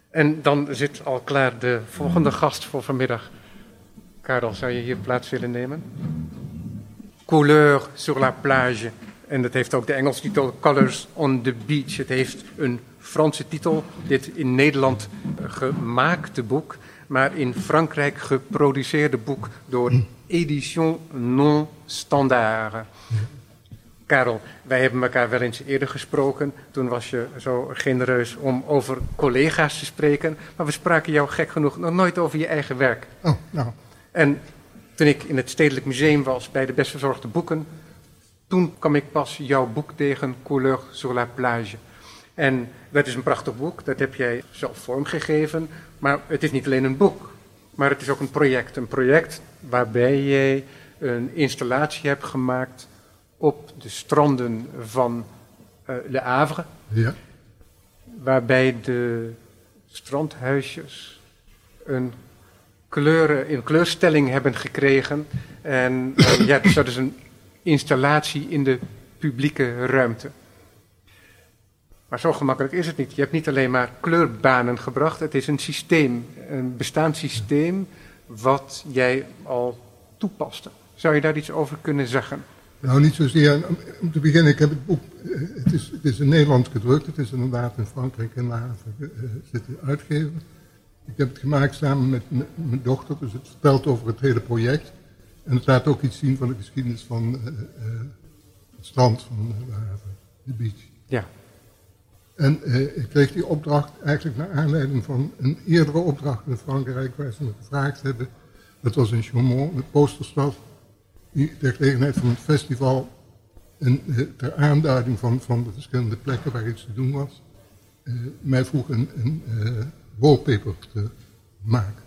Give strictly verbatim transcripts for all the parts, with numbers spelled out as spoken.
En dan zit al klaar de volgende gast voor vanmiddag. Karel, zou je hier plaats willen nemen? Couleur sur la plage. En dat heeft ook de Engelse titel Colors on the Beach. Het heeft een Franse titel. Dit in Nederland gemaakte boek, maar in Frankrijk geproduceerde boek door Édition Non Standard. Karel, wij hebben elkaar wel eens eerder gesproken. Toen was je zo genereus om over collega's te spreken. Maar we spraken jou gek genoeg nog nooit over je eigen werk. Oh, nou. En toen ik in het Stedelijk Museum was bij de best verzorgde boeken, toen kwam ik pas jouw boek tegen, Couleur sur la plage. En dat is een prachtig boek, dat heb jij zelf vormgegeven. Maar het is niet alleen een boek, maar het is ook een project. Een project waarbij jij een installatie hebt gemaakt op de stranden van uh, Le Havre. Ja. Waarbij de strandhuisjes een kleuren, een kleurstelling hebben gekregen. En uh, ja, dus dat is een installatie in de publieke ruimte. Maar zo gemakkelijk is het niet. Je hebt niet alleen maar kleurbanen gebracht. Het is een systeem, een bestaand systeem wat jij al toepaste. Zou je daar iets over kunnen zeggen? Nou, niet zozeer. Om te beginnen, ik heb het boek, het is, het is in Nederland gedrukt. Het is inderdaad in Frankrijk en later uh, zitten uitgeven. Ik heb het gemaakt samen met m- mijn dochter, dus het vertelt over het hele project. En het laat ook iets zien van de geschiedenis van uh, uh, het strand van uh, de beach. Ja. En uh, ik kreeg die opdracht eigenlijk naar aanleiding van een eerdere opdracht in Frankrijk, waar ze me gevraagd hebben. Dat was in Chaumont, de posterstad, die ter gelegenheid van het festival en uh, ter aanduiding van, van de verschillende plekken waar iets te doen was, uh, mij vroeg een, een uh, wallpaper te maken.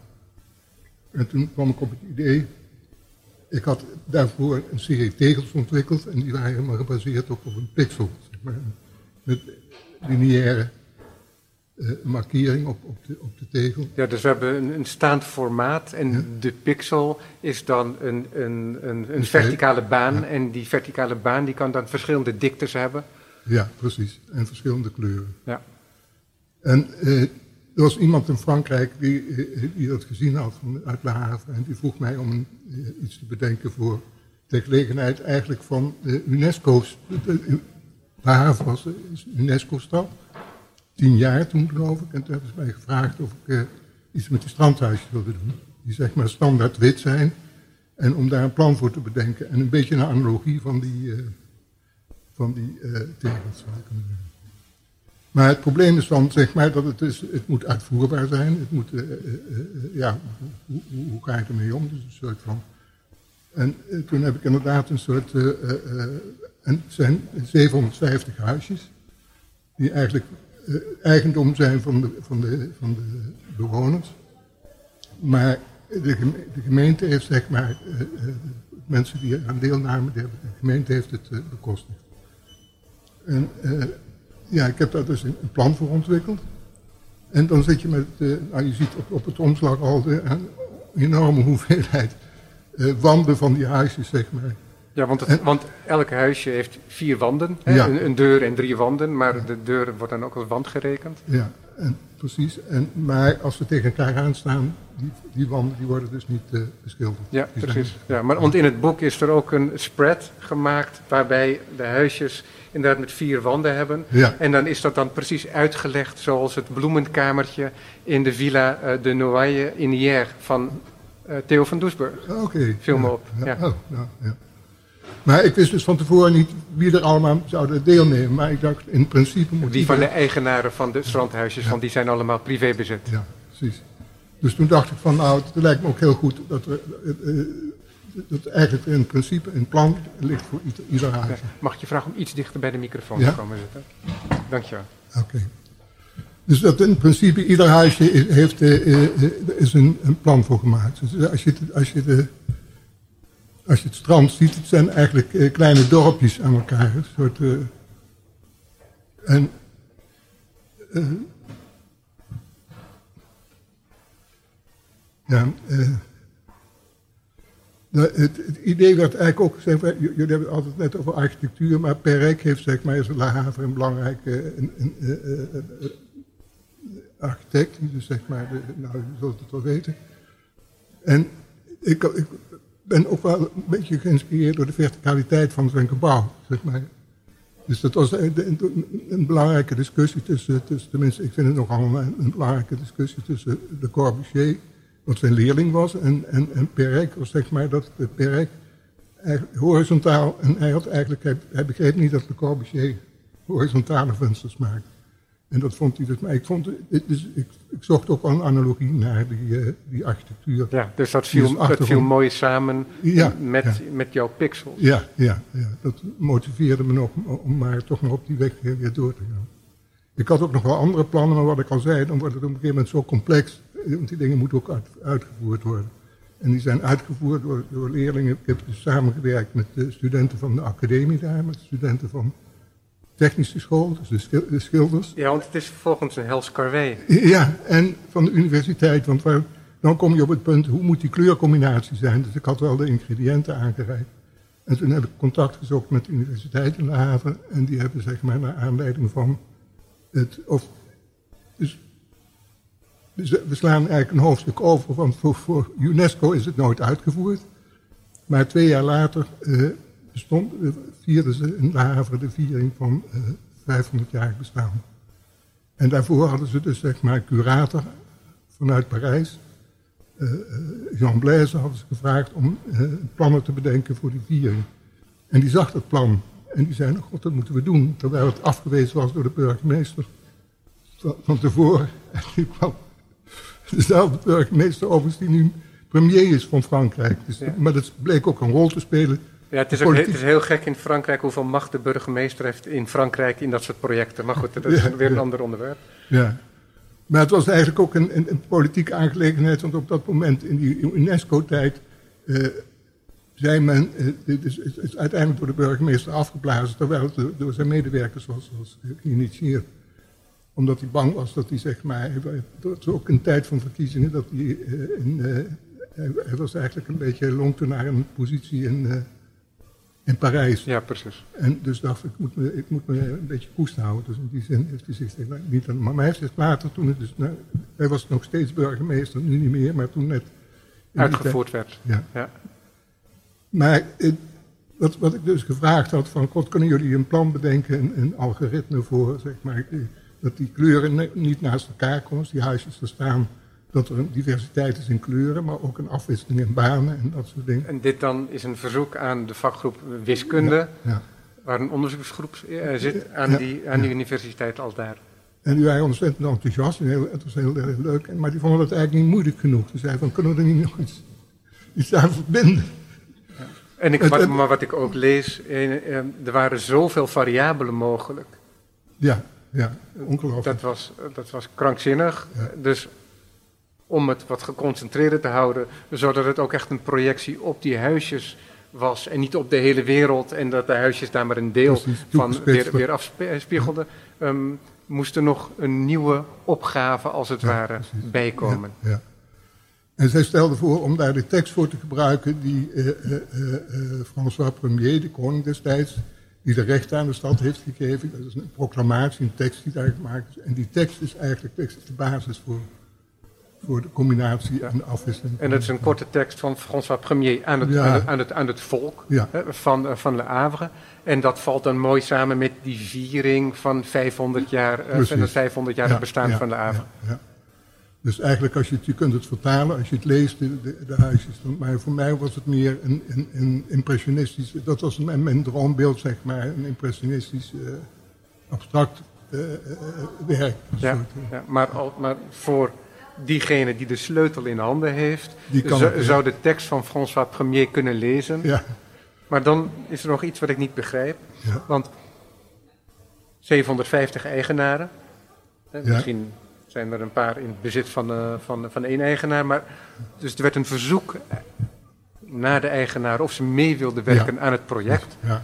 En toen kwam ik op het idee, ik had daarvoor een serie tegels ontwikkeld en die waren helemaal gebaseerd op, op een pixel, zeg maar, met lineaire uh, markering op, op, de, op de tegel. Ja, dus we hebben een, een staand formaat en ja. De pixel is dan een, een, een, een verticale baan ja. En die verticale baan die kan dan verschillende diktes hebben. Ja, precies. En verschillende kleuren. Ja. En uh, er was iemand in Frankrijk die, uh, die dat gezien had van, uit Le Havre en die vroeg mij om een, uh, iets te bedenken voor ter gelegenheid eigenlijk van de UNESCO's. Le Havre was een UNESCO-stad, tien jaar toen geloof ik, en toen hebben ze mij gevraagd of ik uh, iets met die strandhuisjes wilde doen, die zeg maar standaard wit zijn, en om daar een plan voor te bedenken en een beetje een analogie van die, uh, van die uh, tegels zou ik kunnen doen. Maar het probleem is dan zeg maar dat het, is, het moet uitvoerbaar zijn, het moet, uh, uh, uh, ja, hoe, hoe, hoe ga je ermee om, dus een soort van, en uh, toen heb ik inderdaad een soort, uh, uh, en het zijn zevenhonderdvijftig huisjes, die eigenlijk uh, eigendom zijn van de, van, de, van de bewoners. Maar de, geme- de gemeente heeft, zeg maar, uh, uh, mensen die aan deelnamen, de gemeente heeft het uh, bekostigd. En uh, ja, ik heb daar dus een, een plan voor ontwikkeld. En dan zit je met, uh, nou je ziet op, op het omslag al de, een enorme hoeveelheid uh, wanden van die huisjes, zeg maar. Ja, want, het, en, want elk huisje heeft vier wanden, hè? Ja. Een, een deur en drie wanden, maar ja. de deur wordt dan ook als wand gerekend. Ja, en, precies. En, maar als ze tegen elkaar aanstaan, die, die wanden die worden dus niet uh, beschilderd. Ja, die precies. Zijn, ja, maar, want in het boek is er ook een spread gemaakt waarbij de huisjes inderdaad met vier wanden hebben. Ja. En dan is dat dan precies uitgelegd zoals het bloemenkamertje in de Villa uh, de Noailles in Hyères van uh, Theo van Doesburg. Oké. Okay. Film ja, op. Ja. Ja. Oh, nou, ja. Maar ik wist dus van tevoren niet wie er allemaal zouden deelnemen. Maar ik dacht, in principe moet Die van de iedereen... eigenaren van de strandhuisjes, ja. Want die zijn allemaal privébezit. Ja, precies. Dus toen dacht ik van, nou, het lijkt me ook heel goed dat er... Uh, dat eigenlijk in principe een plan ligt voor ieder, ieder huis. Ja. Mag ik je vragen om iets dichter bij de microfoon ja? te komen zitten? Dankjewel. Oké. Okay. Dus dat in principe ieder huisje is, heeft, uh, uh, is een, een plan voor gemaakt. Dus als je, als je de... Als je het strand ziet, het zijn eigenlijk uh, kleine dorpjes aan elkaar. Een soort, uh, en, uh, ja, uh, de, het, het idee werd eigenlijk ook, zeg maar, jullie hebben het altijd net over architectuur, maar Perec heeft, zeg maar, is Le Havre een belangrijke uh, een, een, uh, uh, uh, architect, dus zeg maar, de, nou, je zult het wel weten. En ik, ik ben ook wel een beetje geïnspireerd door de verticaliteit van zijn gebouw, zeg maar. Dus dat was een, een, een belangrijke discussie tussen, tussen, tenminste ik vind het nogal een, een belangrijke discussie tussen Le Corbusier, wat zijn leerling was, en, en, en Perec, was zeg maar dat Perec horizontaal, en hij had eigenlijk, hij, hij begreep niet dat Le Corbusier horizontale vensters maakte. En dat vond hij dus, maar ik vond, dus ik, ik zocht ook wel een analogie naar die, uh, die architectuur. Ja, dus dat viel, dat viel mooi samen ja, met, ja. met jouw pixels. Ja, ja, ja, dat motiveerde me nog om maar toch nog op die weg weer door te gaan. Ik had ook nog wel andere plannen, maar wat ik al zei, dan wordt het op een gegeven moment zo complex, want die dingen moeten ook uit, uitgevoerd worden. En die zijn uitgevoerd door, door leerlingen. Ik heb dus samengewerkt met de studenten van de academie daar, met de studenten van technische school, dus de, schil, de schilders. Ja, want het is volgens een hels karwei. Ja, en van de universiteit, want waar, dan kom je op het punt, hoe moet die kleurcombinatie zijn? Dus ik had wel de ingrediënten aangereikt. En toen heb ik contact gezocht met de universiteit in Le Havre, en die hebben zeg maar naar aanleiding van het, of, dus, dus we slaan eigenlijk een hoofdstuk over, want voor, voor UNESCO is het nooit uitgevoerd. Maar twee jaar later uh, bestond, uh, vierden ze in Le Havre de viering van uh, vijfhonderd jaar bestaan. En daarvoor hadden ze dus zeg maar curator vanuit Parijs, uh, Jean Blaise, hadden ze gevraagd om uh, plannen te bedenken voor die viering. En die zag dat plan en die zei, nou god, dat moeten we doen. Terwijl het afgewezen was door de burgemeester van, van tevoren. En die kwam dezelfde burgemeester overigens die nu premier is van Frankrijk. Dus, ja. Maar dat bleek ook een rol te spelen. Ja, het is, ook, het is heel gek in Frankrijk hoeveel macht de burgemeester heeft in Frankrijk in dat soort projecten. Maar goed, dat is ja, weer een ja. ander onderwerp. Ja, maar het was eigenlijk ook een, een, een politieke aangelegenheid. Want op dat moment in die UNESCO-tijd uh, zei men, uh, dit is, is, is uiteindelijk door de burgemeester afgeblazen, terwijl het door, door zijn medewerkers was, was geïnitieerd. Omdat hij bang was dat hij, zeg maar, het was ook een tijd van verkiezingen, dat hij, uh, in, uh, hij, hij was eigenlijk een beetje lonkte naar een positie in, uh, in Parijs. Ja, precies. En dus dacht ik, ik moet me, ik moet me een beetje koest houden. Dus in die zin heeft hij zich nou, niet aan. Maar hij heeft zich later, toen het dus, nou, hij was nog steeds burgemeester, nu niet meer, maar toen net uitgevoerd tijd, werd. Ja. ja. Maar het, wat, wat ik dus gevraagd had, van god, kunnen jullie een plan bedenken, een, een algoritme voor, zeg maar, dat die kleuren niet naast elkaar komen, als die huisjes er staan, dat er een diversiteit is in kleuren, maar ook een afwisseling in banen en dat soort dingen. En dit dan is een verzoek aan de vakgroep wiskunde, ja, ja. waar een onderzoeksgroep uh, zit aan, ja, die, aan ja. die universiteit als daar. En die waren ontzettend enthousiast, en heel, het was heel, heel leuk, maar die vonden het eigenlijk niet moeilijk genoeg. Ze zeiden van, kunnen we er niet nog iets, iets aan verbinden? Ja. En ik, wat, maar wat ik ook lees, eh, er waren zoveel variabelen mogelijk. Ja, ja, ongelooflijk. Dat was, dat was krankzinnig, ja. Dus om het wat geconcentreerder te houden, zodat het ook echt een projectie op die huisjes was en niet op de hele wereld en dat de huisjes daar maar een deel Precies, van weer, weer afspiegelden, ja. um, moest er nog een nieuwe opgave als het ja, ware precies. bijkomen. Ja, ja. En zij stelde voor om daar de tekst voor te gebruiken die uh, uh, uh, François Premier, de koning destijds, die de rechten aan de stad heeft gegeven. Dat is een proclamatie, een tekst die daar gemaakt is. En die tekst is eigenlijk de basis voor... voor de combinatie ja. en de afwisseling. En dat is een korte tekst van François Premier aan het, ja. aan het, aan het, aan het volk ja. hè, van, uh, van Le Havre. En dat valt dan mooi samen met die viering van vijfhonderd jaar, uh, van het vijfhonderd jaar ja. bestaan ja. van Le Havre. Ja. Ja. Dus eigenlijk, als je, het, je kunt het vertalen, als je het leest, de, de, de huisjes. Maar voor mij was het meer een, een, een impressionistisch, dat was mijn, mijn droombeeld, zeg maar, een impressionistisch, uh, abstract uh, uh, werk. Ja, soort, uh. ja, maar, al, maar voor diegene die de sleutel in handen heeft, zou, zou de tekst van François Premier kunnen lezen. Ja. Maar dan is er nog iets wat ik niet begrijp. Ja. Want zevenhonderdvijftig eigenaren, hè, ja. misschien zijn er een paar in bezit van, uh, van, van één eigenaar. Maar, dus er werd een verzoek naar de eigenaar of ze mee wilden werken ja. aan het project. Ja.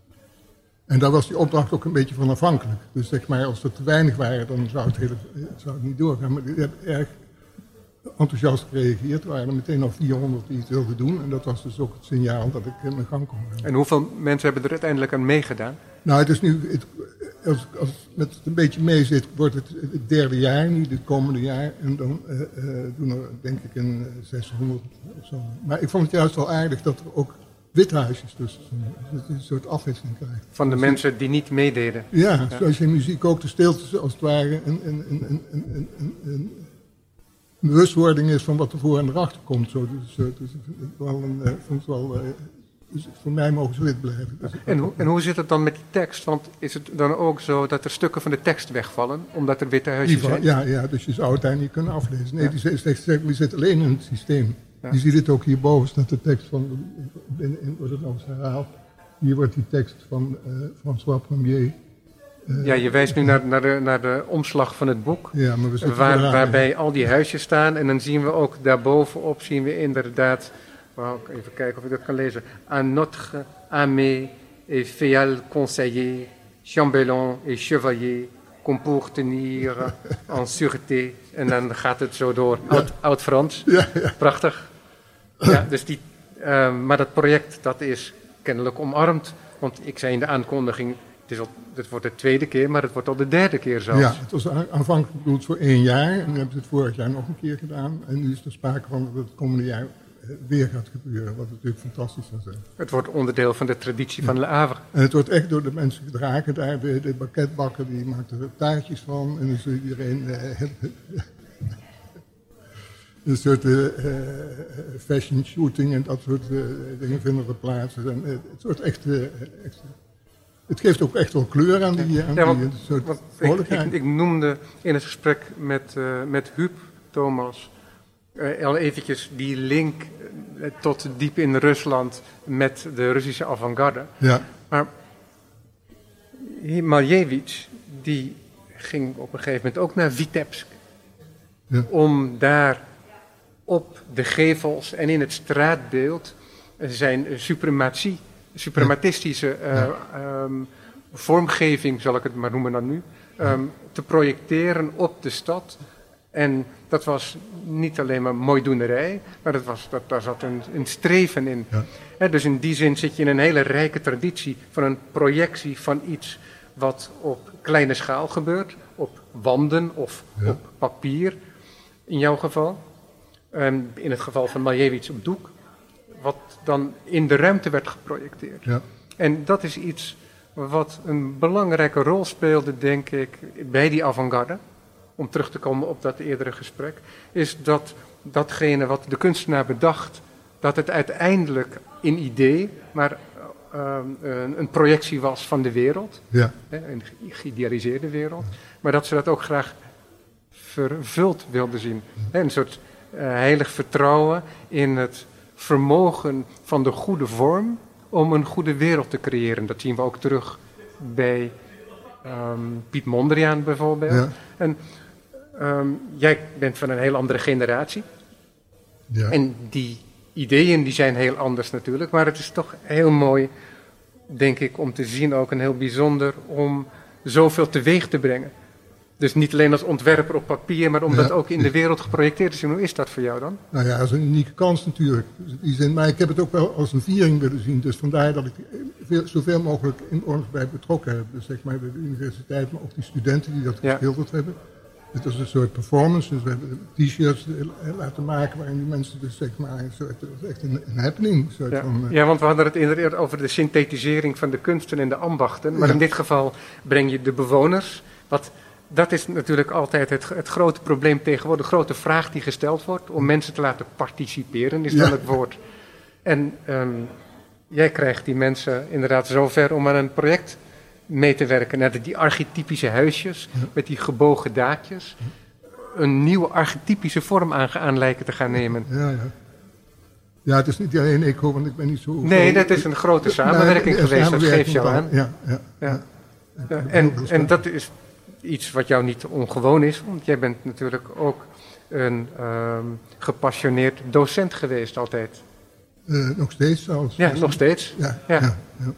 En daar was die opdracht ook een beetje van afhankelijk. Dus zeg maar, als er te weinig waren, dan zou het, hele, zou het niet doorgaan. Maar die hebben erg enthousiast gereageerd. Er waren er meteen al vierhonderd die het wilden doen. En dat was dus ook het signaal dat ik in mijn gang kon. En hoeveel mensen hebben er uiteindelijk aan meegedaan? Nou, het is nu... Het, als, als het een beetje mee zit, wordt het het derde jaar, niet het komende jaar. En dan uh, uh, doen er denk ik een zeshonderd of zo. Maar ik vond het juist wel aardig dat er ook witte huisjes tussen zijn. Dat je een soort afwisseling krijgt. Van de dus mensen je, die niet meededen. Ja, ja, zoals je in muziek ook de stilte als het ware een, een, een, een, een, een, een bewustwording is van wat er voor en erachter komt. Zo. Dus, uh, dus ik vind het wel een, uh, vond het wel... Uh, Dus voor mij mogen ze wit blijven. Dus en, hoe, en hoe zit het dan met die tekst? Want is het dan ook zo dat er stukken van de tekst wegvallen, omdat er witte huisjes geval, zijn? Ja, ja, dus je zou het daar niet kunnen aflezen. Nee, Ja. die, zit, die zit alleen in het systeem. Ja. Je ziet het ook hierboven, staat de tekst van, in, in, wordt het nog eens herhaald. Hier wordt die tekst van uh, François Premier. Uh, ja, je wijst nu naar, naar, de, naar de omslag van het boek, ja, maar we zitten waar, eraan, waarbij ja. al die huisjes staan. En dan zien we ook daarbovenop, zien we inderdaad... Wou ik even kijken of ik dat kan lezen. Un notre amé et féal conseiller, chambellan et chevalier, comme pour tenir en sûreté. En dan gaat het zo door. Oud, oud Frans. Ja, ja. Prachtig. Ja, dus die, uh, maar dat project dat is kennelijk omarmd. Want ik zei in de aankondiging, het, is al, het wordt de tweede keer, maar het wordt al de derde keer zelfs. Ja, het was aanvankelijk bedoeld voor één jaar. En nu hebben ze het vorig jaar nog een keer gedaan. En nu is er sprake van dat het komende jaar weer gaat gebeuren, wat natuurlijk fantastisch zou zijn. Het wordt onderdeel van de traditie ja. van Le Havre. En het wordt echt door de mensen gedragen daar. De, de banketbakker die maakt er taartjes van. En dus iedereen... Uh, een soort uh, fashion shooting en dat soort uh, dingen vinden er plaats. En, uh, het wordt echt... Uh, echt het geeft ook echt wel kleur aan die, aan ja, want, die soort want vrolijkheid. Ik, ik, ik noemde in het gesprek met, uh, met Huub Thomas... Uh, al eventjes die link uh, tot diep in Rusland met de Russische avant-garde. Ja. Maar Malevich, die ging op een gegeven moment ook naar Vitebsk. Ja. Om daar op de gevels en in het straatbeeld zijn suprematie, suprematistische uh, ja. um, vormgeving, zal ik het maar noemen dan nu, um, te projecteren op de stad. En dat was niet alleen maar mooidoenerij, maar dat was, dat, daar zat een, een streven in. Ja. He, dus in die zin zit je in een hele rijke traditie van een projectie van iets wat op kleine schaal gebeurt, op wanden of ja. op papier, in jouw geval. Um, in het geval van Malevich op doek, wat dan in de ruimte werd geprojecteerd. Ja. En dat is iets wat een belangrijke rol speelde, denk ik, bij die avant-garde. Om terug te komen op dat eerdere gesprek, is dat datgene wat de kunstenaar bedacht, dat het uiteindelijk een idee, maar uh, een, een projectie was van de wereld, ja. hè, een geïdealiseerde wereld, maar dat ze dat ook graag vervuld wilden zien. Hè, een soort uh, heilig vertrouwen in het vermogen van de goede vorm om een goede wereld te creëren. Dat zien we ook terug bij um, Piet Mondriaan bijvoorbeeld. Ja. En um, jij bent van een heel andere generatie. Ja. En die ideeën die zijn heel anders natuurlijk. Maar het is toch heel mooi, denk ik, om te zien ook en heel bijzonder om zoveel teweeg te brengen. Dus niet alleen als ontwerper op papier, maar om ja. dat ook in de wereld geprojecteerd te zien. Hoe is dat voor jou dan? Nou ja, dat is een unieke kans natuurlijk. Dus die zin, maar ik heb het ook wel als een viering willen zien. Dus vandaar dat ik veel, zoveel mogelijk in bij betrokken heb. Dus zeg maar de universiteit, maar ook die studenten die dat ja. geschilderd hebben. Het was een soort performance. Dus we hebben t-shirts laten maken waarin die mensen dus zeg maar een soort, echt een, een happening. Soort ja. Van, uh, ja, want we hadden het inderdaad over de synthetisering van de kunsten en de ambachten. Maar ja. in dit geval breng je de bewoners. Wat, dat is natuurlijk altijd het, het grote probleem tegenwoordig. De grote vraag die gesteld wordt om mensen te laten participeren, is dan ja. het woord. En um, jij krijgt die mensen inderdaad zover om aan een project mee te werken. Naar die archetypische huisjes, ja. met die gebogen daakjes. Een nieuwe archetypische vorm aan, aan lijken te gaan nemen. Ja, ja. Ja, het is niet alleen ik hoor, want ik ben niet zo... Nee, zo, dat is een grote samenwerking nou, geweest, dat geeft jou aan. Ja, ja, ja. ja. ja en, en dat is iets wat jou niet ongewoon is, want jij bent natuurlijk ook een um, gepassioneerd docent geweest altijd. Uh, nog steeds zelfs. Ja, nog steeds. Ja, ja. ja, ja.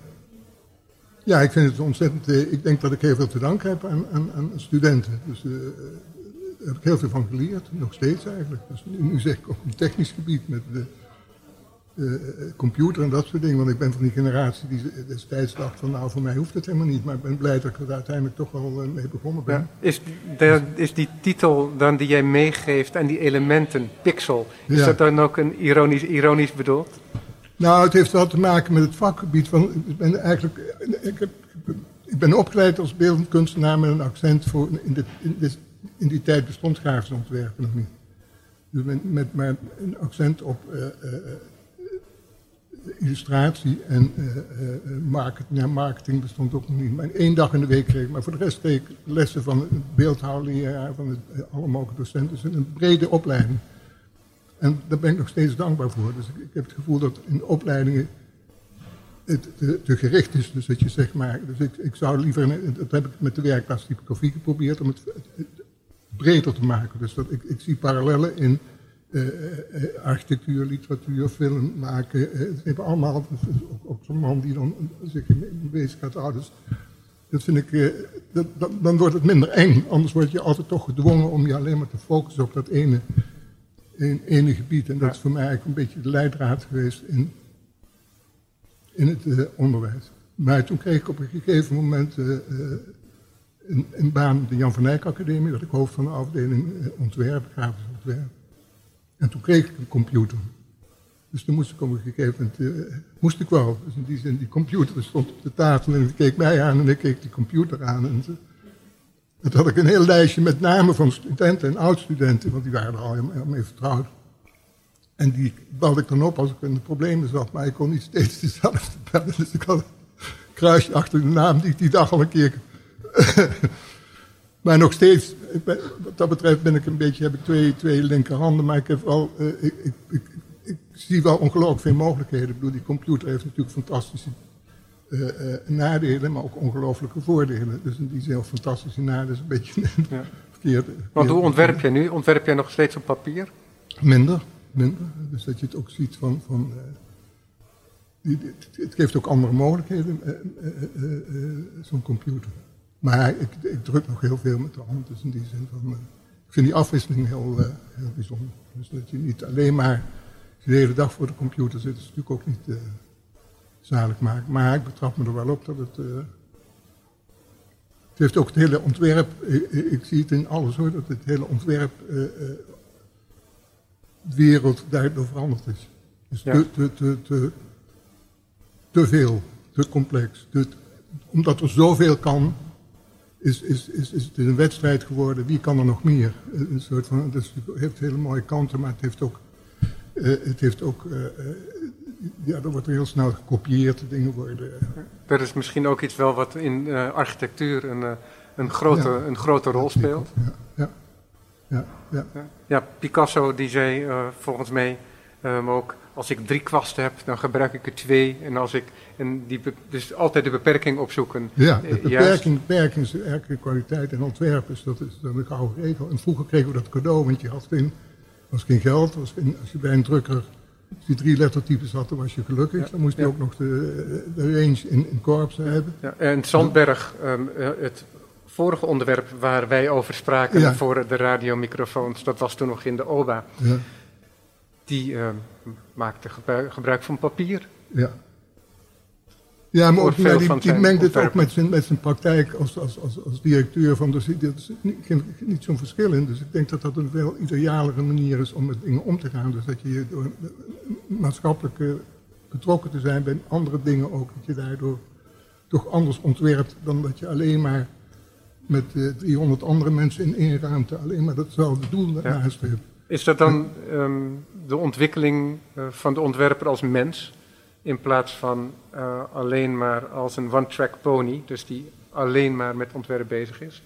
ja, ik vind het ontzettend... Uh, ik denk dat ik heel veel te danken heb aan, aan, aan studenten. Dus uh, daar heb ik heel veel van geleerd, nog steeds eigenlijk. Dus nu, nu zeg ik op een technisch gebied met... De, uh, computer en dat soort dingen. Want ik ben van die generatie die destijds dacht van nou, voor mij hoeft het helemaal niet. Maar ik ben blij dat ik er uiteindelijk toch wel uh, mee begonnen ben. Ja. Is, de, is die titel dan die jij meegeeft en die elementen, pixel, is ja. dat dan ook een ironisch, ironisch bedoeld? Nou, het heeft wel te maken met het vakgebied. Van, ik ben eigenlijk, ik, heb, ik ben opgeleid als beeldend kunstenaar met een accent voor, in, dit, in, dit, in die tijd bestond grafisch ontwerpen nog niet. Dus met, met, met een accent op uh, uh, illustratie en uh, uh, marketing, ja, marketing bestond ook nog niet. Maar één dag in de week kreeg ik, maar voor de rest kreeg ik lessen van het beeldhouwleraar, van het, uh, alle mogelijke docenten. Dus een brede opleiding. En daar ben ik nog steeds dankbaar voor. Dus ik, ik heb het gevoel dat in opleidingen het te, te gericht is. Dus dat je zeg maar, dus ik, ik zou liever, dat heb ik met de werkplaats typografie geprobeerd, om het, het, het breder te maken. Dus dat, ik, ik zie parallellen in uh, uh, architectuur, literatuur, film maken. Uh, het hebben allemaal, dus ook, ook zo'n man die dan zich mee bezig gaat houden. Dus dat vind ik, uh, dat, dat, dan wordt het minder eng. Anders word je altijd toch gedwongen om je alleen maar te focussen op dat ene, een, ene gebied. En dat is voor mij eigenlijk een beetje de leidraad geweest in, in het uh, onderwijs. Maar toen kreeg ik op een gegeven moment uh, uh, een, een baan op de Jan van Eyck Academie, dat ik hoofd van de afdeling uh, ontwerp, grafisch ontwerp. En toen kreeg ik een computer. Dus toen moest ik op een gegeven moment, uh, moest ik wel. Dus in die zin, die computer stond op de tafel en die keek mij aan en ik keek die computer aan. En toen had ik een heel lijstje met namen van studenten en oud-studenten, want die waren er al mee vertrouwd. En die belde ik dan op als ik in de problemen zat, maar ik kon niet steeds dezelfde bellen. Dus ik had een kruisje achter de naam die ik die dag al een keer... Maar nog steeds, ben, wat dat betreft ben ik een beetje, heb ik twee, twee linkerhanden, maar ik heb wel, uh, ik, ik, ik, ik zie wel ongelooflijk veel mogelijkheden. Ik bedoel, die computer heeft natuurlijk fantastische uh, uh, nadelen, maar ook ongelooflijke voordelen. Dus in die zin fantastische nadelen is een beetje ja. verkeerd, verkeerd. Want hoe ontwerp je nu? Ontwerp jij nog steeds op papier? Minder, minder. Dus dat je het ook ziet van... van uh, die, het, het geeft ook andere mogelijkheden, uh, uh, uh, uh, zo'n computer. Maar ik, ik druk nog heel veel met de hand, dus in die zin van... Uh, ik vind die afwisseling heel, uh, heel bijzonder. Dus dat je niet alleen maar de hele dag voor de computer zit, is natuurlijk ook niet uh, zalig maken. Maar ik betrap me er wel op dat het... Uh, het heeft ook het hele ontwerp, ik, ik zie het in alles hoor, dat het hele ontwerp... Uh, uh, wereld daardoor veranderd is. Dus ja. te, te, te, te, te veel, te complex. Te, omdat er zoveel kan, is, is, is, is het een wedstrijd geworden. Wie kan er nog meer? Een soort van, dus het heeft hele mooie kanten, maar het heeft ook... Uh, het heeft ook uh, uh, ja, er wordt er heel snel gekopieerd, dingen worden... Uh, dat is misschien ook iets wel wat in uh, architectuur een, uh, een, grote, ja, een grote rol speelt. Ja, ja. Ja, ja. ja, Picasso die zei uh, volgens mij um, ook, als ik drie kwasten heb, dan gebruik ik er twee. En als ik, en die be- dus altijd de beperking opzoeken. Ja, de beperking, beperking is eigenlijk kwaliteit en ontwerp is, dat is dan een gouden regel. En vroeger kregen we dat cadeau, want je had geen, was geen geld. Was geen, als je bij een drukker die drie lettertypes had, dan was je gelukkig. Ja, dan moest je ja. ook nog de, de range in, in korps hebben. Ja, en Zandberg, um, het... vorige onderwerp waar wij over spraken ja. voor de radiomicrofoons, dat was toen nog in de O B A. Ja. Die uh, maakte gebruik, gebruik van papier. Ja, ja maar ook, die, die, die mengt het ook met zijn, met zijn praktijk als, als, als, als directeur van de zit. Er is niet, niet zo'n verschil in. Dus ik denk dat dat een veel idealere manier is om met dingen om te gaan. Dus dat je door maatschappelijk uh, betrokken te zijn bij andere dingen ook, dat je daardoor toch anders ontwerpt dan dat je alleen maar met uh, driehonderd andere mensen in één ruimte alleen maar datzelfde doel ja. nastreven. Is dat dan um, de ontwikkeling uh, van de ontwerper als mens, in plaats van uh, alleen maar als een one-track pony, dus die alleen maar met ontwerp bezig is?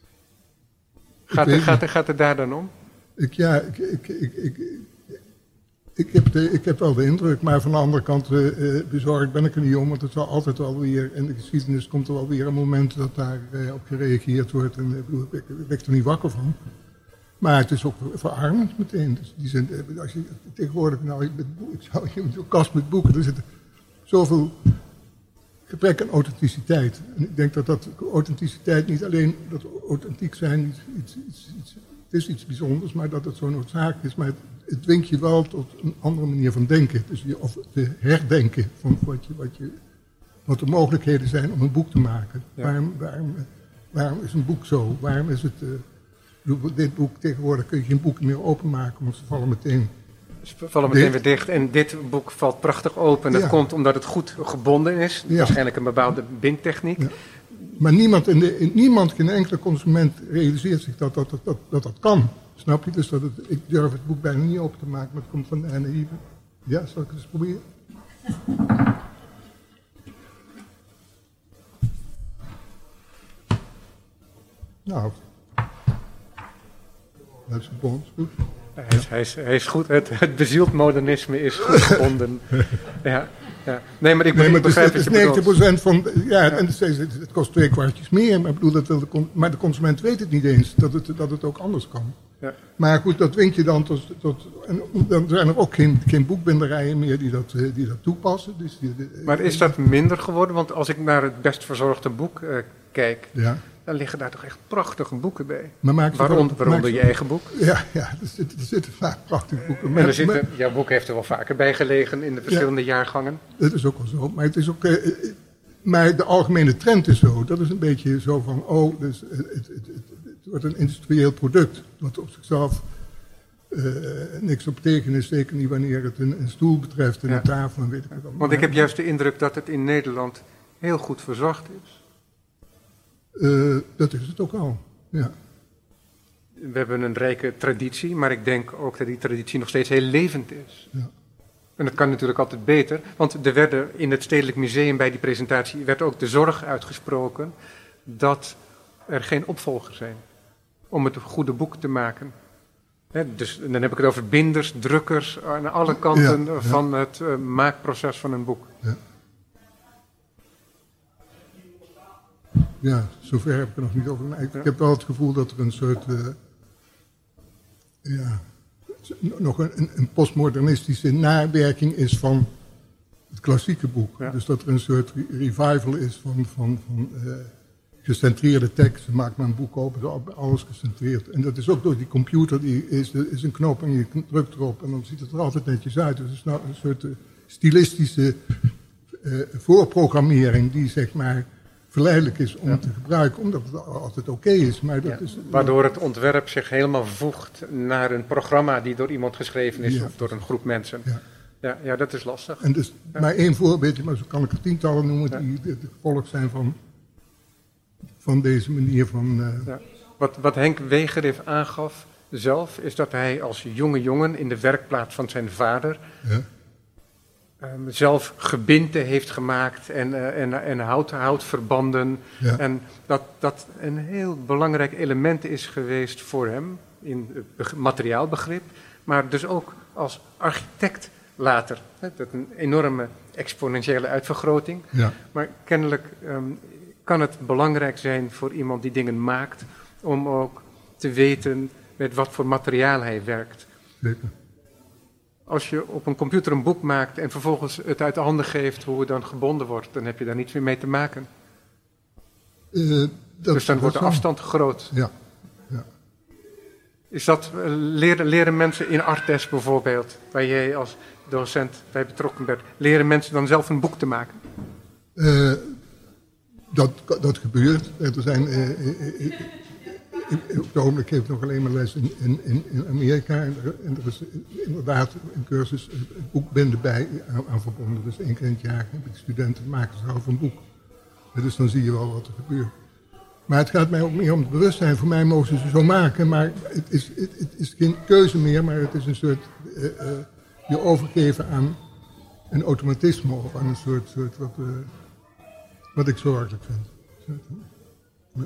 Gaat, er, gaat, er, gaat het daar dan om? Ik, ja, ik, ik, ik, ik, ik, heb de, ik heb wel de indruk, maar van de andere kant uh, bezorgd ben ik er niet om, want het zal altijd wel weer, in de geschiedenis komt er wel weer een moment dat daar uh, op gereageerd wordt. En ik, bedoel, ik, ik ben er niet wakker van. Maar het is ook verarmend meteen. Dus die zijn, als je tegenwoordig, nou, ik, ik zou je een kast met boeken, er zit zoveel gebrek aan authenticiteit. En ik denk dat dat authenticiteit niet alleen, dat authentiek zijn, iets, iets, iets, iets, het is iets bijzonders, maar dat het zo noodzakelijk is. Maar het, het dwingt je wel tot een andere manier van denken. Dus je, of te herdenken van wat, je, wat, je, wat de mogelijkheden zijn om een boek te maken. Ja. Waarom, waarom, waarom is een boek zo? Waarom is het... Uh, dit boek tegenwoordig kun je geen boeken meer openmaken, want ze vallen meteen... Ze vallen meteen weer dicht. En dit boek valt prachtig open. Dat ja. komt omdat het goed gebonden is. Ja. Waarschijnlijk een bepaalde bindtechniek. Ja. Maar niemand, in de, in, niemand, geen enkele consument realiseert zich dat dat, dat, dat, dat, dat kan. Snap je? Dus dat het, ik durf het boek bijna niet open te maken, maar het komt van de naïeve. Ja, zal ik het eens proberen? Nou, dat is bon, is goed. Hij is, hij, is, hij is goed, het, het bezield modernisme is goed gebonden. ja, ja. Nee, maar ik, nee, maar ik begrijp het is negentig procent van, ja, ja. En het, het kost twee kwartjes meer, maar, ik bedoel, dat wil de, maar de consument weet het niet eens, dat het, dat het ook anders kan. Ja. Maar goed, dat dwingt je dan tot, tot en dan zijn er ook geen, geen boekbinderijen meer die dat, die dat toepassen. Dus die, die, maar is dat minder geworden? Want als ik naar het best verzorgde boek uh, kijk... Ja. Dan liggen daar toch echt prachtige boeken bij. Maar maak waaronder wel, waaronder je eigen boek. Ja, ja, er zitten, er zitten vaak prachtige boeken. Maar, en er zitten, maar, jouw boek heeft er wel vaker bij gelegen in de verschillende ja, jaargangen. Dat is ook wel zo. Maar, het is ook, uh, maar de algemene trend is zo. Dat is een beetje zo van, oh, dus het, het, het, het, het wordt een industrieel product. Wat op zichzelf uh, niks op tegen is. Zeker niet wanneer het een, een stoel betreft en ja. een tafel en weet ik wat. Ja. Want ik heb juist de indruk dat het in Nederland heel goed verzorgd is. Uh, dat is het ook al, ja. We hebben een rijke traditie, maar ik denk ook dat die traditie nog steeds heel levend is. Ja. En dat kan natuurlijk altijd beter, want er werden in het Stedelijk Museum bij die presentatie werd ook de zorg uitgesproken dat er geen opvolgers zijn om het goede boek te maken. He, dus dan heb ik het over binders, drukkers, aan alle kanten ja, ja. van het uh, maakproces van een boek. Ja. Ja, zover heb ik er nog niet over nagedacht. Ik heb wel het gevoel dat er een soort, uh, ja, nog een, een postmodernistische nawerking is van het klassieke boek. Ja. Dus dat er een soort revival is van, van, van uh, gecentreerde tekst. Maak maar een boek open, op alles gecentreerd. En dat is ook door die computer, die is, er is een knop en je drukt erop en dan ziet het er altijd netjes uit. Dus het is nou een soort uh, stilistische uh, voorprogrammering die zeg maar verleidelijk is om ja. te gebruiken, omdat het altijd oké okay is. Maar dat ja, is waardoor het ontwerp zich helemaal voegt naar een programma die door iemand geschreven is ja, of door een groep mensen. Ja, ja, ja dat is lastig. En dus ja. maar één voorbeeldje, maar zo kan ik er tientallen noemen, ja. die het gevolg zijn van, van deze manier van... Uh... Ja. Wat, wat Henk Wegerif aangaf zelf, is dat hij als jonge jongen in de werkplaats van zijn vader... Ja. Um, zelf gebinten heeft gemaakt en, uh, en, en hout, houtverbanden. Ja. En dat dat een heel belangrijk element is geweest voor hem in het materiaalbegrip. Maar dus ook als architect later. Hè, dat een enorme exponentiële uitvergroting. Ja. Maar kennelijk um, kan het belangrijk zijn voor iemand die dingen maakt om ook te weten met wat voor materiaal hij werkt. Zeker. Als je op een computer een boek maakt en vervolgens het uit de handen geeft hoe het dan gebonden wordt, dan heb je daar niets meer mee te maken. Uh, dat, dus dan wordt de afstand groot. Ja. ja. Is dat, uh, leren, leren mensen in Artes bijvoorbeeld, waar jij als docent bij betrokken bent, leren mensen dan zelf een boek te maken? Uh, dat, dat gebeurt. Er zijn... Uh, uh, uh, Op het ogenblik geef ik nog alleen maar les in, in, in Amerika. En er, en er is inderdaad een cursus, het boekbinden bij aan, aan verbonden. Dus één keer in het jaar heb ik studenten maken zelf een boek. En dus dan zie je wel wat er gebeurt. Maar het gaat mij ook meer om het bewustzijn. Voor mij mogen ze zo maken, maar het is, het, het is geen keuze meer. Maar het is een soort uh, uh, je overgeven aan een automatisme of aan een soort, soort wat, uh, wat ik zorgelijk vind. Maar,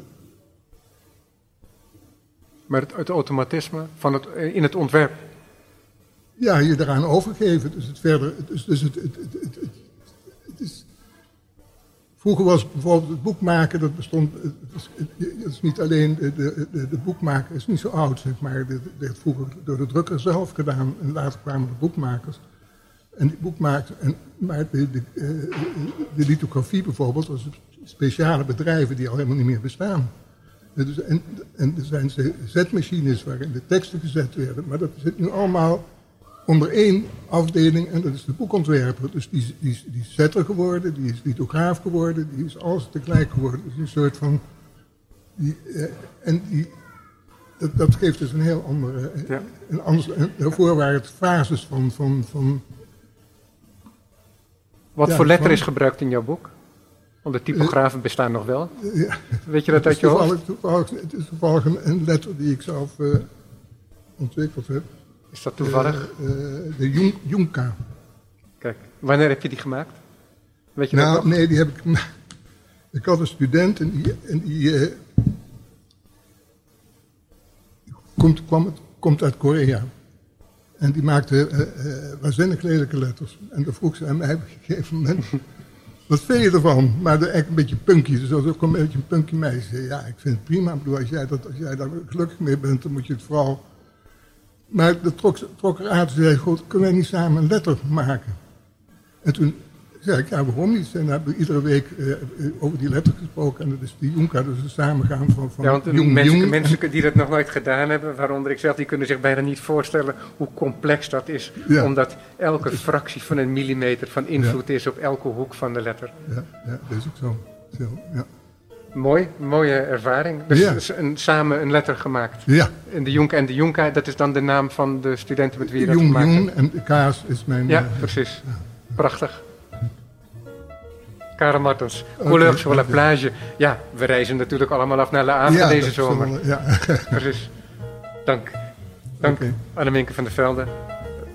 Maar het, het automatisme van het, in het ontwerp? Ja, je eraan overgeven. Dus het verder. Dus, dus het, het, het, het, het, het is. Vroeger was bijvoorbeeld het boekmaken, dat bestond. Het is, het is niet alleen. De, de, de boekmaker is niet zo oud, zeg maar. Dat werd vroeger door de drukker zelf gedaan. En later kwamen de boekmakers. En die boekmakers. En, maar de, de, de lithografie bijvoorbeeld, was speciale bedrijven die al helemaal niet meer bestaan. Dus, en, en er zijn zetmachines waarin de teksten gezet werden, maar dat zit nu allemaal onder één afdeling en dat is de boekontwerper. Dus die, die, die is zetter geworden, die is lithograaf geworden, die is alles tegelijk geworden. Dus een soort van... Die, uh, en die, dat, dat geeft dus een heel andere... Uh, ja. een anders, en daarvoor waren het fases van... van, van Wat ja, voor letter van, is gebruikt in jouw boek? Want de typografen uh, bestaan nog wel. Uh, ja. Weet je dat uit je hoofd? Toevallig, het is toevallig een, een letter die ik zelf uh, ontwikkeld heb. Is dat toevallig? Uh, uh, de Jun, Junka. Kijk, wanneer heb je die gemaakt? Weet je nou, dat nog? nee, die heb ik gemaakt. Ik had een student en die, en die uh, komt, kwam, komt uit Korea. En die maakte uh, uh, waanzinnig lelijke letters. En dan vroeg ze aan mij op een gegeven moment... Wat vind je ervan? Maar de, echt een beetje punky. Dus dat was ook een beetje een punky meisje. Ja, ik vind het prima. Ik bedoel, als, jij dat, als jij daar gelukkig mee bent, dan moet je het vooral... Maar dat trok, trok er aan. Ze zei, goed, kunnen wij niet samen een letter maken? En toen zei ik, ja, waarom niet? En dan hebben we iedere week uh, over die letter gesproken. En dat is die Junka, dus het samengaan van, van ja, want Jung, mensen, Jung. mensen die dat nog nooit gedaan hebben, waaronder ik zelf, die kunnen zich bijna niet voorstellen hoe complex dat is. Ja. Omdat elke fractie van een millimeter van invloed ja. is op elke hoek van de letter. Ja, ja dat is ook zo. zo ja. Mooi, mooie ervaring. Dus ja. een, samen een letter gemaakt. Ja. En de Junka en de Junka, dat is dan de naam van de studenten met wie je dat Jung, gemaakt Jung hebt. en de kaas is mijn... Ja, uh, precies. Ja. Prachtig. Karel Martens, Couleurs okay, sur la plage. Ja, we reizen natuurlijk allemaal af naar Le Havre ja, deze zomer. Zal, ja. Precies. Dank. Dank, okay. Anneminke van der Velde.